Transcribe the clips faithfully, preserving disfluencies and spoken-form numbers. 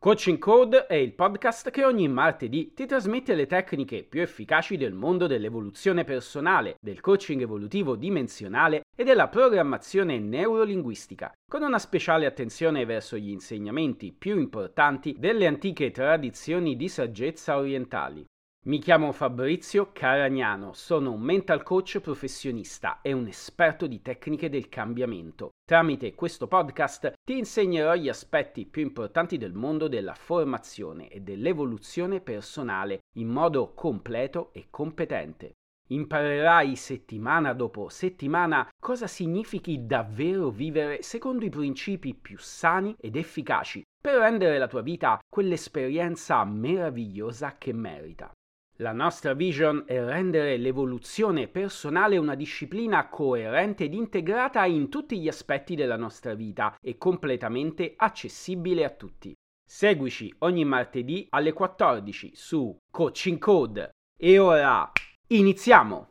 Coaching Code è il podcast che ogni martedì ti trasmette le tecniche più efficaci del mondo dell'evoluzione personale, del coaching evolutivo dimensionale e della programmazione neurolinguistica, con una speciale attenzione verso gli insegnamenti più importanti delle antiche tradizioni di saggezza orientali. Mi chiamo Fabrizio Caragnano, sono un mental coach professionista e un esperto di tecniche del cambiamento. Tramite questo podcast ti insegnerò gli aspetti più importanti del mondo della formazione e dell'evoluzione personale in modo completo e competente. Imparerai settimana dopo settimana cosa significhi davvero vivere secondo i principi più sani ed efficaci per rendere la tua vita quell'esperienza meravigliosa che merita. La nostra vision è rendere l'evoluzione personale una disciplina coerente ed integrata in tutti gli aspetti della nostra vita e completamente accessibile a tutti. Seguici ogni martedì alle quattordici su Coaching Code. E ora iniziamo!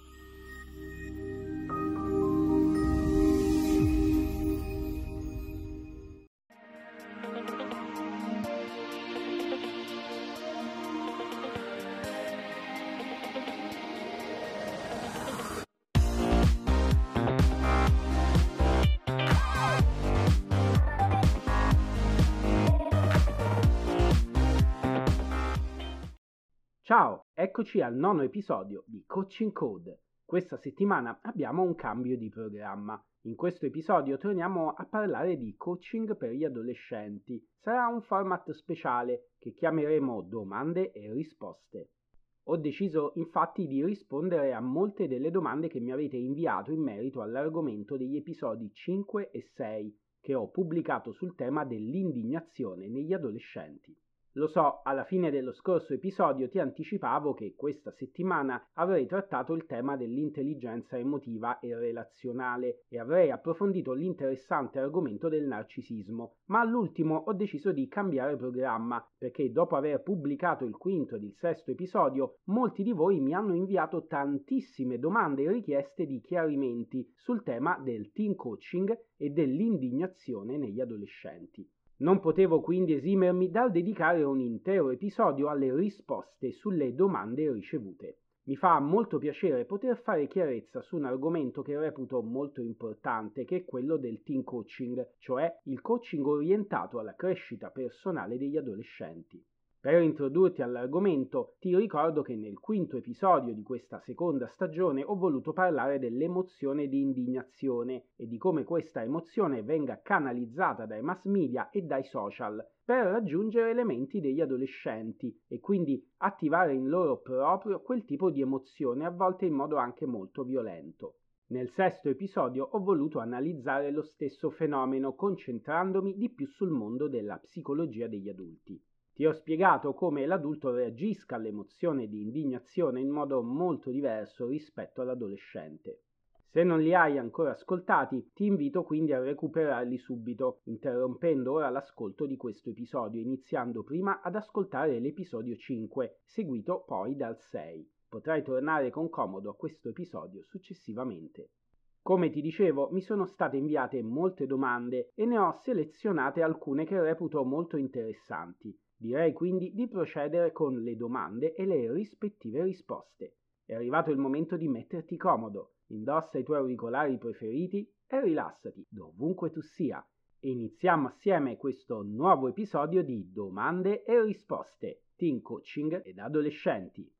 Ciao, eccoci al nono episodio di Coaching Code. Questa settimana abbiamo un cambio di programma. In questo episodio torniamo a parlare di coaching per gli adolescenti. Sarà un format speciale che chiameremo domande e risposte. Ho deciso infatti di rispondere a molte delle domande che mi avete inviato in merito all'argomento degli episodi cinque e sei che ho pubblicato sul tema dell'indignazione negli adolescenti. Lo so, alla fine dello scorso episodio ti anticipavo che questa settimana avrei trattato il tema dell'intelligenza emotiva e relazionale e avrei approfondito l'interessante argomento del narcisismo, ma all'ultimo ho deciso di cambiare programma perché dopo aver pubblicato il quinto ed il sesto episodio molti di voi mi hanno inviato tantissime domande e richieste di chiarimenti sul tema del teen coaching e dell'indignazione negli adolescenti. Non potevo quindi esimermi dal dedicare un intero episodio alle risposte sulle domande ricevute. Mi fa molto piacere poter fare chiarezza su un argomento che reputo molto importante, che è quello del teen coaching, cioè il coaching orientato alla crescita personale degli adolescenti. Per introdurti all'argomento, ti ricordo che nel quinto episodio di questa seconda stagione ho voluto parlare dell'emozione di indignazione e di come questa emozione venga canalizzata dai mass media e dai social per raggiungere le menti degli adolescenti e quindi attivare in loro proprio quel tipo di emozione, a volte in modo anche molto violento. Nel sesto episodio ho voluto analizzare lo stesso fenomeno, concentrandomi di più sul mondo della psicologia degli adulti. Ti ho spiegato come l'adulto reagisca all'emozione di indignazione in modo molto diverso rispetto all'adolescente. Se non li hai ancora ascoltati, ti invito quindi a recuperarli subito, interrompendo ora l'ascolto di questo episodio, iniziando prima ad ascoltare l'episodio cinque, seguito poi dal sei. Potrai tornare con comodo a questo episodio successivamente. Come ti dicevo, mi sono state inviate molte domande e ne ho selezionate alcune che reputo molto interessanti. Direi quindi di procedere con le domande e le rispettive risposte. È arrivato il momento di metterti comodo, indossa i tuoi auricolari preferiti e rilassati dovunque tu sia. E iniziamo assieme questo nuovo episodio di Domande e risposte, teen coaching ed adolescenti.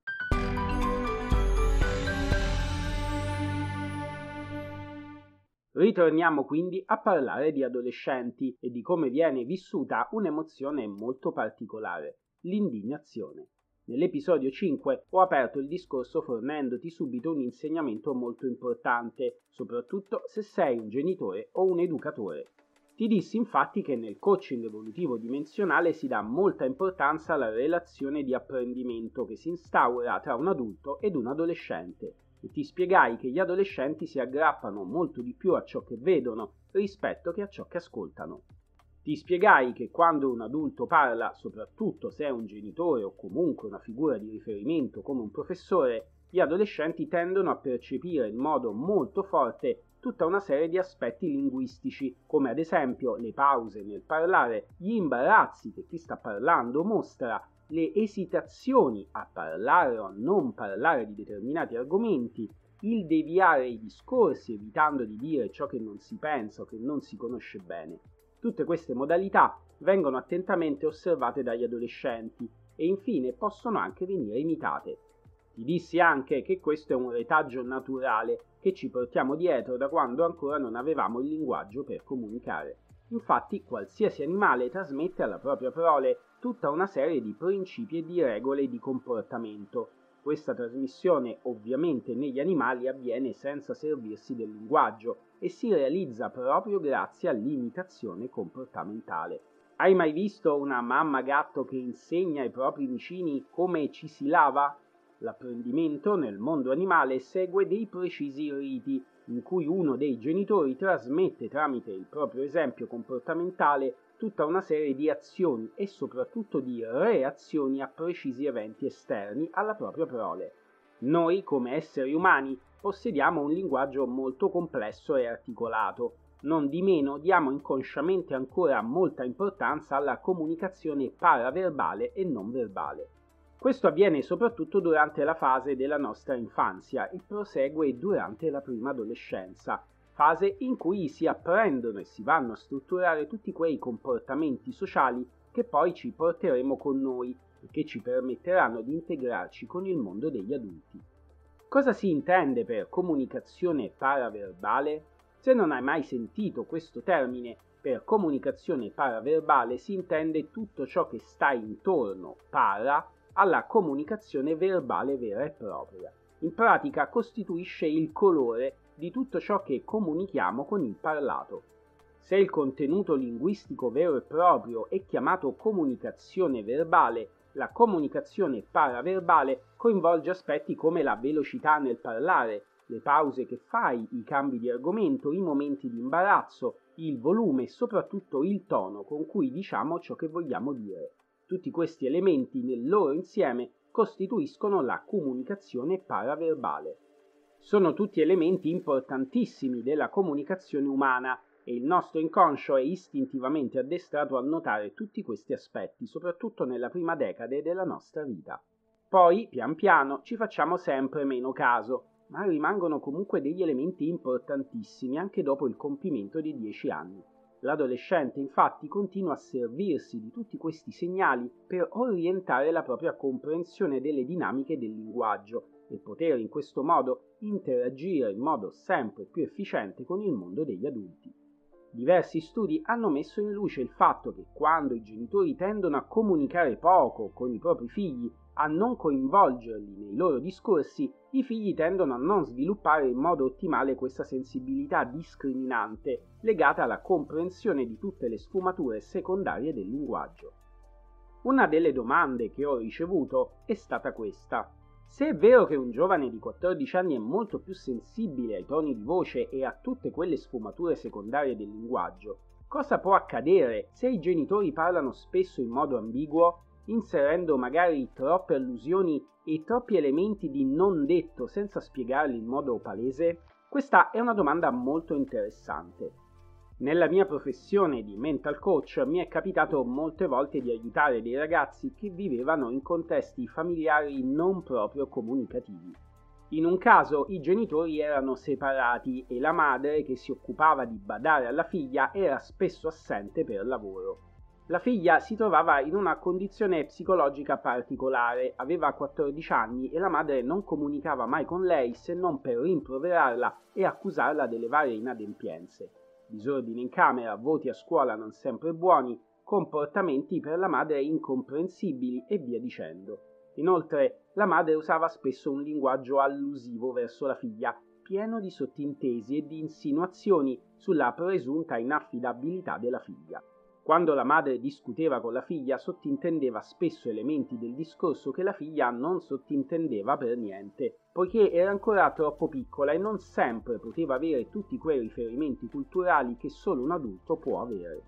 Ritorniamo quindi a parlare di adolescenti e di come viene vissuta un'emozione molto particolare, l'indignazione. Nell'episodio cinque ho aperto il discorso fornendoti subito un insegnamento molto importante, soprattutto se sei un genitore o un educatore. Ti dissi infatti che nel coaching evolutivo dimensionale si dà molta importanza alla relazione di apprendimento che si instaura tra un adulto ed un adolescente. E ti spiegai che gli adolescenti si aggrappano molto di più a ciò che vedono rispetto che a ciò che ascoltano. Ti spiegai che quando un adulto parla, soprattutto se è un genitore o comunque una figura di riferimento come un professore, gli adolescenti tendono a percepire in modo molto forte tutta una serie di aspetti linguistici, come ad esempio le pause nel parlare, gli imbarazzi che chi sta parlando mostra, le esitazioni a parlare o a non parlare di determinati argomenti, il deviare i discorsi evitando di dire ciò che non si pensa o che non si conosce bene. Tutte queste modalità vengono attentamente osservate dagli adolescenti e infine possono anche venire imitate. Ti dissi anche che questo è un retaggio naturale che ci portiamo dietro da quando ancora non avevamo il linguaggio per comunicare. Infatti, qualsiasi animale trasmette alla propria prole tutta una serie di principi e di regole di comportamento. Questa trasmissione ovviamente negli animali avviene senza servirsi del linguaggio e si realizza proprio grazie all'imitazione comportamentale. Hai mai visto una mamma gatto che insegna ai propri vicini come ci si lava? L'apprendimento nel mondo animale segue dei precisi riti, in cui uno dei genitori trasmette tramite il proprio esempio comportamentale tutta una serie di azioni e soprattutto di reazioni a precisi eventi esterni alla propria prole. Noi, come esseri umani, possediamo un linguaggio molto complesso e articolato. Non di meno diamo inconsciamente ancora molta importanza alla comunicazione paraverbale e non verbale. Questo avviene soprattutto durante la fase della nostra infanzia e prosegue durante la prima adolescenza, fase in cui si apprendono e si vanno a strutturare tutti quei comportamenti sociali che poi ci porteremo con noi e che ci permetteranno di integrarci con il mondo degli adulti. Cosa si intende per comunicazione paraverbale? Se non hai mai sentito questo termine, per comunicazione paraverbale si intende tutto ciò che sta intorno, para, alla comunicazione verbale vera e propria. In pratica costituisce il colore di tutto ciò che comunichiamo con il parlato. Se il contenuto linguistico vero e proprio è chiamato comunicazione verbale, la comunicazione paraverbale coinvolge aspetti come la velocità nel parlare, le pause che fai, i cambi di argomento, i momenti di imbarazzo, il volume e soprattutto il tono con cui diciamo ciò che vogliamo dire. Tutti questi elementi nel loro insieme costituiscono la comunicazione paraverbale. Sono tutti elementi importantissimi della comunicazione umana e il nostro inconscio è istintivamente addestrato a notare tutti questi aspetti, soprattutto nella prima decade della nostra vita. Poi, pian piano, ci facciamo sempre meno caso, ma rimangono comunque degli elementi importantissimi anche dopo il compimento di dieci anni. L'adolescente infatti continua a servirsi di tutti questi segnali per orientare la propria comprensione delle dinamiche del linguaggio e poter in questo modo interagire in modo sempre più efficiente con il mondo degli adulti. Diversi studi hanno messo in luce il fatto che quando i genitori tendono a comunicare poco con i propri figli, a non coinvolgerli nei loro discorsi, i figli tendono a non sviluppare in modo ottimale questa sensibilità discriminante legata alla comprensione di tutte le sfumature secondarie del linguaggio. Una delle domande che ho ricevuto è stata questa: se è vero che un giovane di quattordici anni è molto più sensibile ai toni di voce e a tutte quelle sfumature secondarie del linguaggio, cosa può accadere se i genitori parlano spesso in modo ambiguo, inserendo magari troppe allusioni e troppi elementi di non detto senza spiegarli in modo palese? Questa è una domanda molto interessante. Nella mia professione di mental coach mi è capitato molte volte di aiutare dei ragazzi che vivevano in contesti familiari non proprio comunicativi. In un caso i genitori erano separati e la madre, che si occupava di badare alla figlia, era spesso assente per lavoro. La figlia si trovava in una condizione psicologica particolare, aveva quattordici anni e la madre non comunicava mai con lei se non per rimproverarla e accusarla delle varie inadempienze. Disordine in camera, voti a scuola non sempre buoni, comportamenti per la madre incomprensibili e via dicendo. Inoltre, la madre usava spesso un linguaggio allusivo verso la figlia, pieno di sottintesi e di insinuazioni sulla presunta inaffidabilità della figlia. Quando la madre discuteva con la figlia, sottintendeva spesso elementi del discorso che la figlia non sottintendeva per niente, poiché era ancora troppo piccola e non sempre poteva avere tutti quei riferimenti culturali che solo un adulto può avere.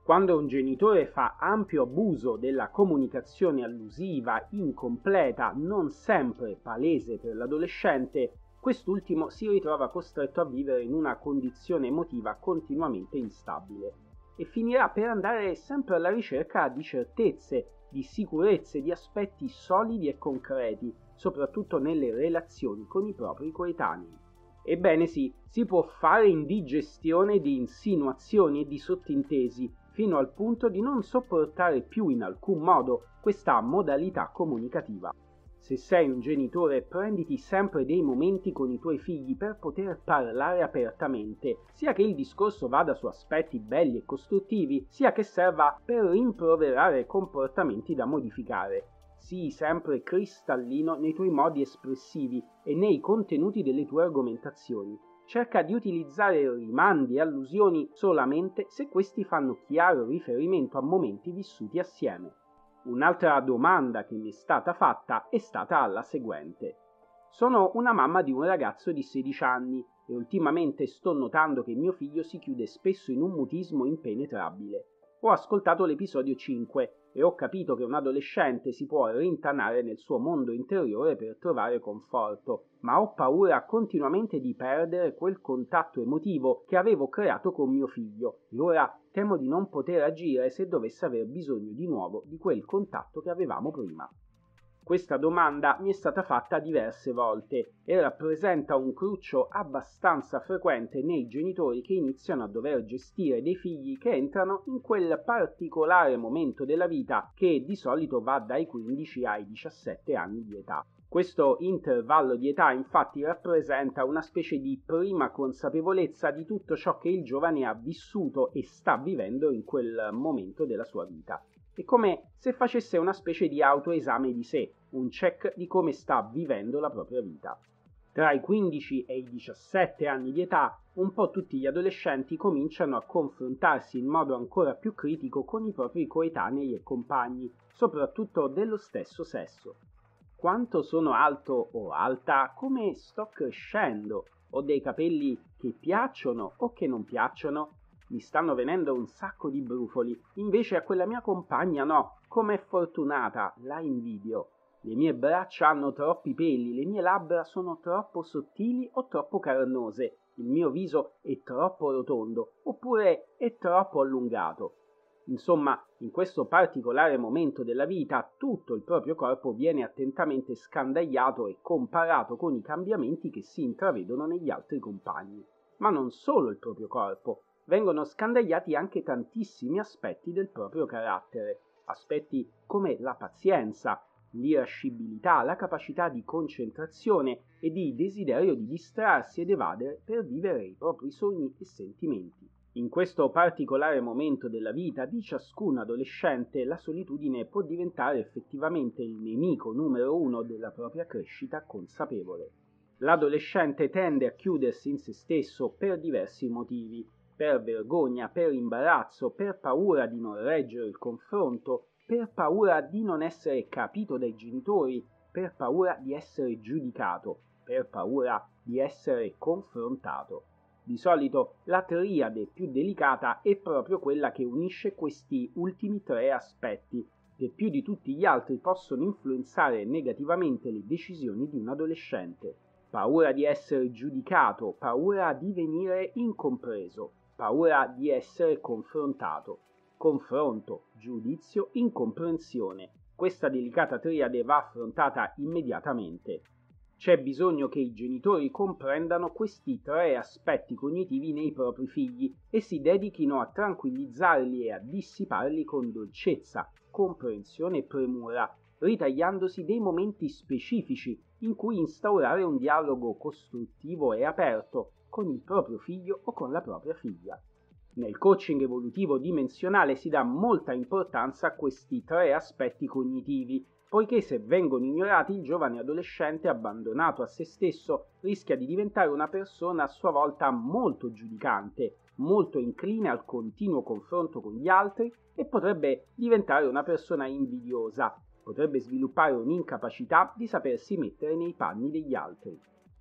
Quando un genitore fa ampio abuso della comunicazione allusiva, incompleta, non sempre palese per l'adolescente, quest'ultimo si ritrova costretto a vivere in una condizione emotiva continuamente instabile e finirà per andare sempre alla ricerca di certezze, di sicurezze, di aspetti solidi e concreti, soprattutto nelle relazioni con i propri coetanei. Ebbene sì, si può fare indigestione di insinuazioni e di sottintesi, fino al punto di non sopportare più in alcun modo questa modalità comunicativa. Se sei un genitore, prenditi sempre dei momenti con i tuoi figli per poter parlare apertamente, sia che il discorso vada su aspetti belli e costruttivi, sia che serva per rimproverare comportamenti da modificare. Sii sempre cristallino nei tuoi modi espressivi e nei contenuti delle tue argomentazioni. Cerca di utilizzare rimandi e allusioni solamente se questi fanno chiaro riferimento a momenti vissuti assieme. Un'altra domanda che mi è stata fatta è stata la seguente. Sono una mamma di un ragazzo di sedici anni e ultimamente sto notando che mio figlio si chiude spesso in un mutismo impenetrabile. Ho ascoltato l'episodio cinque e ho capito che un adolescente si può rintanare nel suo mondo interiore per trovare conforto, ma ho paura continuamente di perdere quel contatto emotivo che avevo creato con mio figlio e ora temo di non poter agire se dovesse aver bisogno di nuovo di quel contatto che avevamo prima. Questa domanda mi è stata fatta diverse volte e rappresenta un cruccio abbastanza frequente nei genitori che iniziano a dover gestire dei figli che entrano in quel particolare momento della vita che di solito va dai quindici ai diciassette anni di età. Questo intervallo di età infatti rappresenta una specie di prima consapevolezza di tutto ciò che il giovane ha vissuto e sta vivendo in quel momento della sua vita. È come se facesse una specie di autoesame di sé, un check di come sta vivendo la propria vita. Tra i quindici e i diciassette anni di età, un po' tutti gli adolescenti cominciano a confrontarsi in modo ancora più critico con i propri coetanei e compagni, soprattutto dello stesso sesso. Quanto sono alto o alta? Come sto crescendo? Ho dei capelli che piacciono o che non piacciono? Mi stanno venendo un sacco di brufoli, invece a quella mia compagna no, com'è fortunata, la invidio. Le mie braccia hanno troppi peli, le mie labbra sono troppo sottili o troppo carnose, il mio viso è troppo rotondo, oppure è troppo allungato. Insomma, in questo particolare momento della vita, tutto il proprio corpo viene attentamente scandagliato e comparato con i cambiamenti che si intravedono negli altri compagni. Ma non solo il proprio corpo. Vengono scandagliati anche tantissimi aspetti del proprio carattere, aspetti come la pazienza, l'irascibilità, la capacità di concentrazione e di desiderio di distrarsi ed evadere per vivere i propri sogni e sentimenti. In questo particolare momento della vita di ciascun adolescente la solitudine può diventare effettivamente il nemico numero uno della propria crescita consapevole. L'adolescente tende a chiudersi in se stesso per diversi motivi, per vergogna, per imbarazzo, per paura di non reggere il confronto, per paura di non essere capito dai genitori, per paura di essere giudicato, per paura di essere confrontato. Di solito la triade più delicata è proprio quella che unisce questi ultimi tre aspetti, che più di tutti gli altri possono influenzare negativamente le decisioni di un adolescente. Paura di essere giudicato, paura di venire incompreso, paura di essere confrontato, confronto, giudizio, incomprensione. Questa delicata triade va affrontata immediatamente. C'è bisogno che i genitori comprendano questi tre aspetti cognitivi nei propri figli e si dedichino a tranquillizzarli e a dissiparli con dolcezza, comprensione e premura, ritagliandosi dei momenti specifici in cui instaurare un dialogo costruttivo e aperto con il proprio figlio o con la propria figlia. Nel coaching evolutivo dimensionale si dà molta importanza a questi tre aspetti cognitivi, poiché se vengono ignorati il giovane adolescente abbandonato a se stesso rischia di diventare una persona a sua volta molto giudicante, molto incline al continuo confronto con gli altri e potrebbe diventare una persona invidiosa, potrebbe sviluppare un'incapacità di sapersi mettere nei panni degli altri.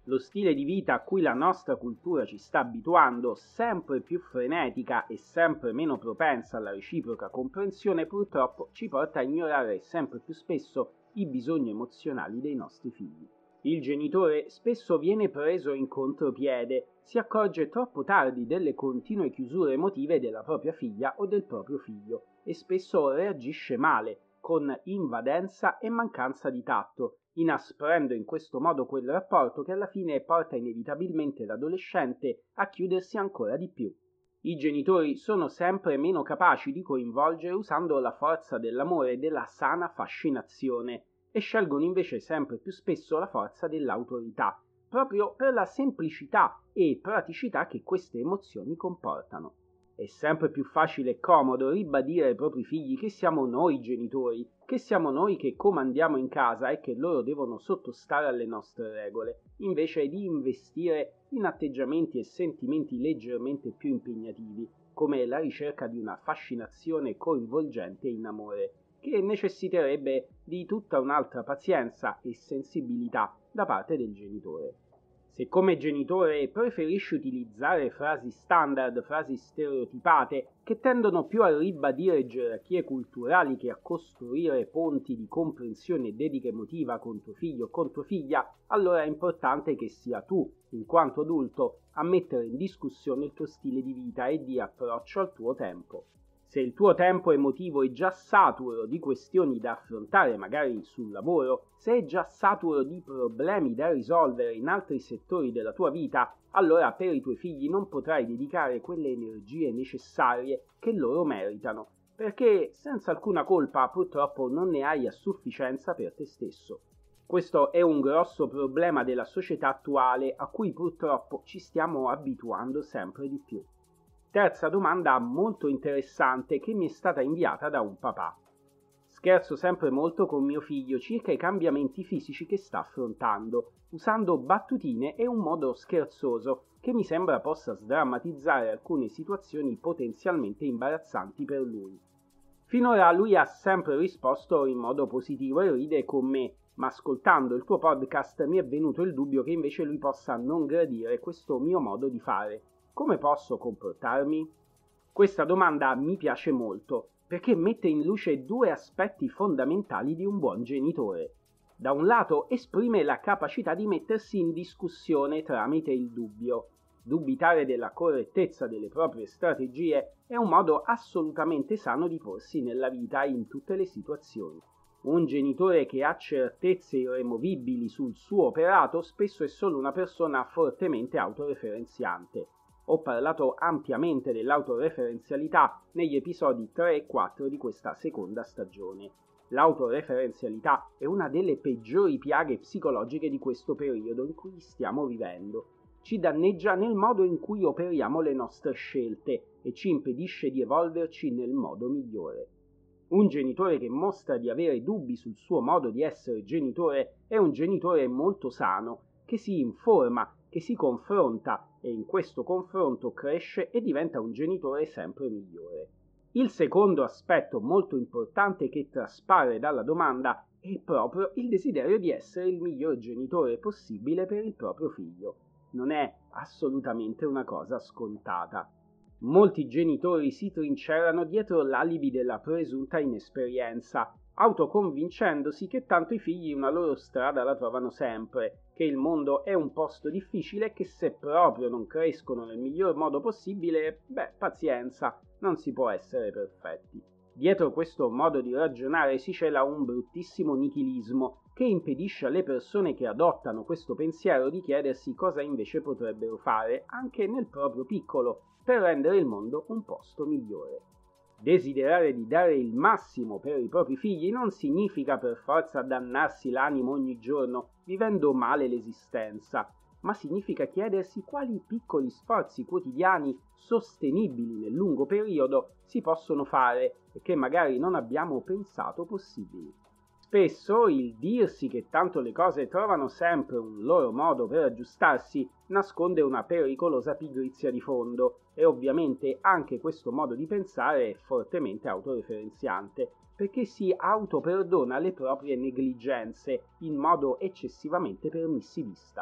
Lo stile di vita a cui la nostra cultura ci sta abituando, sempre più frenetica e sempre meno propensa alla reciproca comprensione, purtroppo ci porta a ignorare sempre più spesso i bisogni emozionali dei nostri figli. Il genitore spesso viene preso in contropiede, si accorge troppo tardi delle continue chiusure emotive della propria figlia o del proprio figlio e spesso reagisce male, con invadenza e mancanza di tatto, inasprendo in questo modo quel rapporto che alla fine porta inevitabilmente l'adolescente a chiudersi ancora di più. I genitori sono sempre meno capaci di coinvolgere usando la forza dell'amore e della sana fascinazione e scelgono invece sempre più spesso la forza dell'autorità, proprio per la semplicità e praticità che queste emozioni comportano. È sempre più facile e comodo ribadire ai propri figli che siamo noi genitori, che siamo noi che comandiamo in casa e che loro devono sottostare alle nostre regole, invece di investire in atteggiamenti e sentimenti leggermente più impegnativi, come la ricerca di una fascinazione coinvolgente in amore, che necessiterebbe di tutta un'altra pazienza e sensibilità da parte del genitore. Se come genitore preferisci utilizzare frasi standard, frasi stereotipate, che tendono più a ribadire gerarchie culturali che a costruire ponti di comprensione e dedica emotiva con tuo figlio o con tua figlia, allora è importante che sia tu, in quanto adulto, a mettere in discussione il tuo stile di vita e di approccio al tuo tempo. Se il tuo tempo emotivo è già saturo di questioni da affrontare magari sul lavoro, se è già saturo di problemi da risolvere in altri settori della tua vita, allora per i tuoi figli non potrai dedicare quelle energie necessarie che loro meritano, perché senza alcuna colpa purtroppo non ne hai a sufficienza per te stesso. Questo è un grosso problema della società attuale a cui purtroppo ci stiamo abituando sempre di più. Terza domanda molto interessante che mi è stata inviata da un papà. Scherzo sempre molto con mio figlio circa i cambiamenti fisici che sta affrontando, usando battutine e un modo scherzoso che mi sembra possa sdrammatizzare alcune situazioni potenzialmente imbarazzanti per lui. Finora lui ha sempre risposto in modo positivo e ride con me, ma ascoltando il tuo podcast mi è venuto il dubbio che invece lui possa non gradire questo mio modo di fare. Come posso comportarmi? Questa domanda mi piace molto perché mette in luce due aspetti fondamentali di un buon genitore. Da un lato esprime la capacità di mettersi in discussione tramite il dubbio. Dubitare della correttezza delle proprie strategie è un modo assolutamente sano di porsi nella vita in tutte le situazioni. Un genitore che ha certezze irremovibili sul suo operato spesso è solo una persona fortemente autoreferenziante. Ho parlato ampiamente dell'autoreferenzialità negli episodi tre e quattro di questa seconda stagione. L'autoreferenzialità è una delle peggiori piaghe psicologiche di questo periodo in cui stiamo vivendo. Ci danneggia nel modo in cui operiamo le nostre scelte e ci impedisce di evolverci nel modo migliore. Un genitore che mostra di avere dubbi sul suo modo di essere genitore è un genitore molto sano, che si informa, che si confronta e in questo confronto cresce e diventa un genitore sempre migliore. Il secondo aspetto molto importante che traspare dalla domanda è proprio il desiderio di essere il miglior genitore possibile per il proprio figlio. Non è assolutamente una cosa scontata. Molti genitori si trincerano dietro l'alibi della presunta inesperienza, autoconvincendosi che tanto i figli una loro strada la trovano sempre, che il mondo è un posto difficile e che se proprio non crescono nel miglior modo possibile, beh, pazienza, non si può essere perfetti. Dietro questo modo di ragionare si cela un bruttissimo nichilismo che impedisce alle persone che adottano questo pensiero di chiedersi cosa invece potrebbero fare, anche nel proprio piccolo, per rendere il mondo un posto migliore. Desiderare di dare il massimo per i propri figli non significa per forza dannarsi l'animo ogni giorno vivendo male l'esistenza, ma significa chiedersi quali piccoli sforzi quotidiani sostenibili nel lungo periodo si possono fare e che magari non abbiamo pensato possibili. Spesso il dirsi che tanto le cose trovano sempre un loro modo per aggiustarsi nasconde una pericolosa pigrizia di fondo e ovviamente anche questo modo di pensare è fortemente autoreferenziante perché si autoperdona le proprie negligenze in modo eccessivamente permissivista.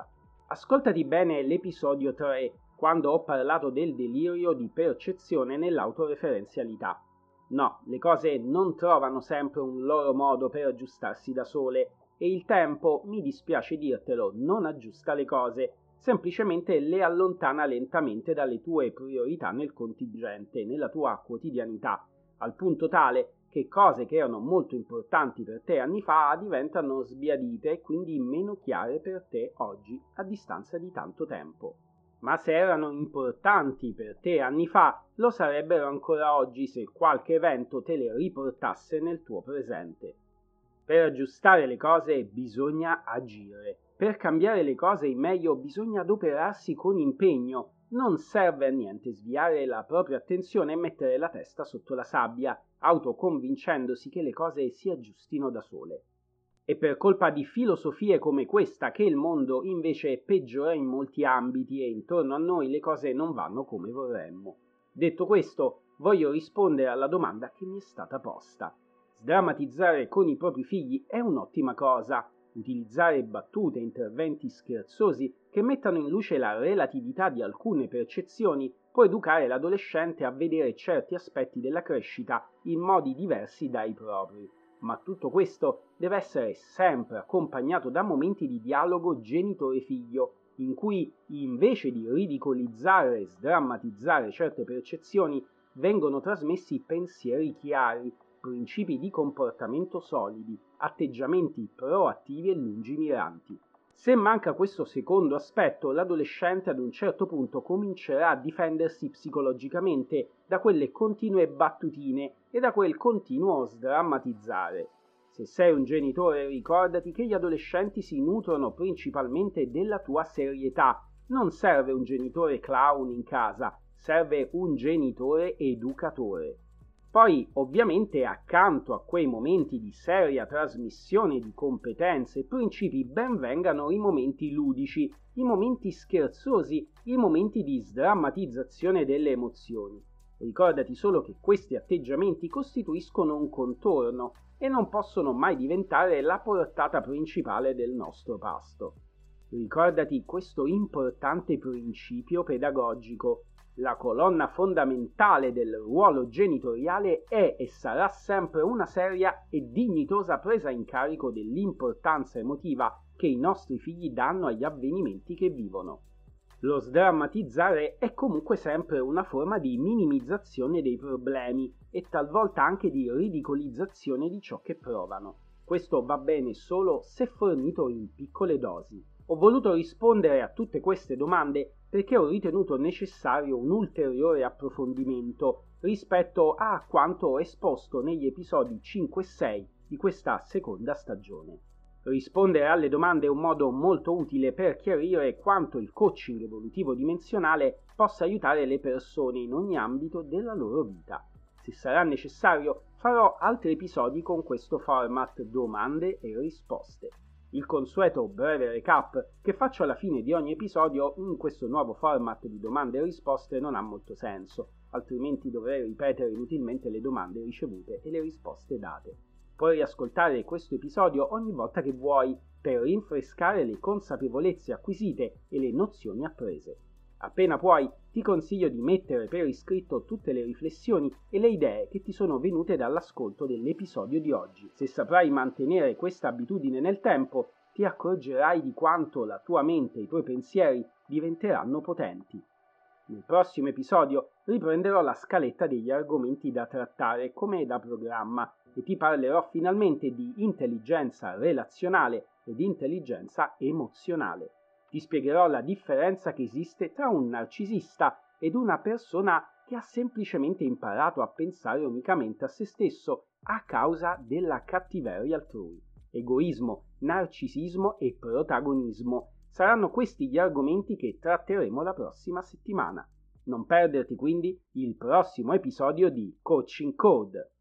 Ascoltati bene l'episodio tre, quando ho parlato del delirio di percezione nell'autoreferenzialità. No, le cose non trovano sempre un loro modo per aggiustarsi da sole e il tempo, mi dispiace dirtelo, non aggiusta le cose, semplicemente le allontana lentamente dalle tue priorità nel contingente, nella tua quotidianità, al punto tale che cose che erano molto importanti per te anni fa diventano sbiadite e quindi meno chiare per te oggi a distanza di tanto tempo. Ma se erano importanti per te anni fa, lo sarebbero ancora oggi se qualche evento te le riportasse nel tuo presente. Per aggiustare le cose bisogna agire. Per cambiare le cose in meglio bisogna adoperarsi con impegno. Non serve a niente sviare la propria attenzione e mettere la testa sotto la sabbia, autoconvincendosi che le cose si aggiustino da sole. È per colpa di filosofie come questa che il mondo invece peggiora in molti ambiti e intorno a noi le cose non vanno come vorremmo. Detto questo, voglio rispondere alla domanda che mi è stata posta. Sdrammatizzare con i propri figli è un'ottima cosa. Utilizzare battute e interventi scherzosi che mettano in luce la relatività di alcune percezioni può educare l'adolescente a vedere certi aspetti della crescita in modi diversi dai propri. Ma tutto questo deve essere sempre accompagnato da momenti di dialogo genitore-figlio, in cui invece di ridicolizzare e sdrammatizzare certe percezioni, vengono trasmessi pensieri chiari, principi di comportamento solidi, atteggiamenti proattivi e lungimiranti. Se manca questo secondo aspetto, l'adolescente ad un certo punto comincerà a difendersi psicologicamente da quelle continue battutine e da quel continuo sdrammatizzare. Se sei un genitore, ricordati che gli adolescenti si nutrono principalmente della tua serietà. Non serve un genitore clown in casa, serve un genitore educatore. Poi, ovviamente, accanto a quei momenti di seria trasmissione di competenze e principi, ben vengano i momenti ludici, i momenti scherzosi, i momenti di sdrammatizzazione delle emozioni. Ricordati solo che questi atteggiamenti costituiscono un contorno e non possono mai diventare la portata principale del nostro pasto. Ricordati questo importante principio pedagogico. La colonna fondamentale del ruolo genitoriale è e sarà sempre una seria e dignitosa presa in carico dell'importanza emotiva che i nostri figli danno agli avvenimenti che vivono. Lo sdrammatizzare è comunque sempre una forma di minimizzazione dei problemi e talvolta anche di ridicolizzazione di ciò che provano. Questo va bene solo se fornito in piccole dosi. Ho voluto rispondere a tutte queste domande perché ho ritenuto necessario un ulteriore approfondimento rispetto a quanto ho esposto negli episodi cinque e sei di questa seconda stagione. Rispondere alle domande è un modo molto utile per chiarire quanto il coaching evolutivo dimensionale possa aiutare le persone in ogni ambito della loro vita. Se sarà necessario, farò altri episodi con questo format domande e risposte. Il consueto breve recap che faccio alla fine di ogni episodio in questo nuovo format di domande e risposte non ha molto senso, altrimenti dovrei ripetere inutilmente le domande ricevute e le risposte date. Puoi riascoltare questo episodio ogni volta che vuoi per rinfrescare le consapevolezze acquisite e le nozioni apprese. Appena puoi, ti consiglio di mettere per iscritto tutte le riflessioni e le idee che ti sono venute dall'ascolto dell'episodio di oggi. Se saprai mantenere questa abitudine nel tempo, ti accorgerai di quanto la tua mente e i tuoi pensieri diventeranno potenti. Nel prossimo episodio riprenderò la scaletta degli argomenti da trattare come da programma e ti parlerò finalmente di intelligenza relazionale ed intelligenza emozionale. Ti spiegherò la differenza che esiste tra un narcisista ed una persona che ha semplicemente imparato a pensare unicamente a se stesso a causa della cattiveria altrui. Egoismo, narcisismo e protagonismo. Saranno questi gli argomenti che tratteremo la prossima settimana. Non perderti quindi il prossimo episodio di Coaching Code.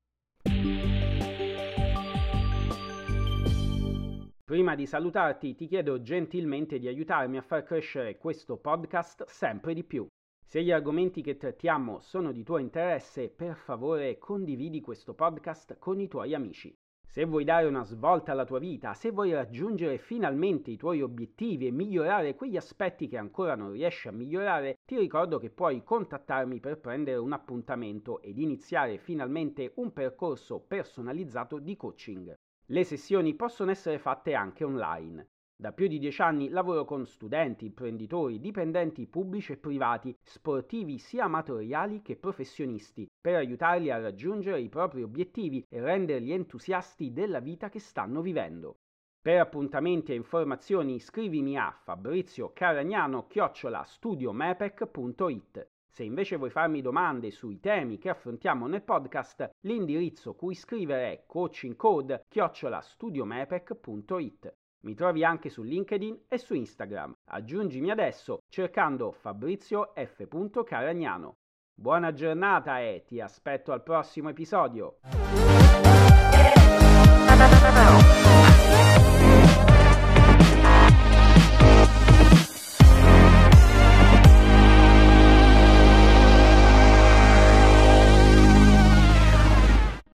Prima di salutarti ti chiedo gentilmente di aiutarmi a far crescere questo podcast sempre di più. Se gli argomenti che trattiamo sono di tuo interesse, per favore condividi questo podcast con i tuoi amici. Se vuoi dare una svolta alla tua vita, se vuoi raggiungere finalmente i tuoi obiettivi e migliorare quegli aspetti che ancora non riesci a migliorare, ti ricordo che puoi contattarmi per prendere un appuntamento ed iniziare finalmente un percorso personalizzato di coaching. Le sessioni possono essere fatte anche online. Da più di dieci anni lavoro con studenti, imprenditori, dipendenti pubblici e privati, sportivi sia amatoriali che professionisti, per aiutarli a raggiungere i propri obiettivi e renderli entusiasti della vita che stanno vivendo. Per appuntamenti e informazioni scrivimi a fabrizio caragnano chiocciola studiomepec punto it. Se invece vuoi farmi domande sui temi che affrontiamo nel podcast, l'indirizzo cui scrivere è coachingcode chiocciola studiomepec punto it. Mi trovi anche su LinkedIn e su Instagram. Aggiungimi adesso cercando Fabrizio F. Caragnano. Buona giornata e ti aspetto al prossimo episodio.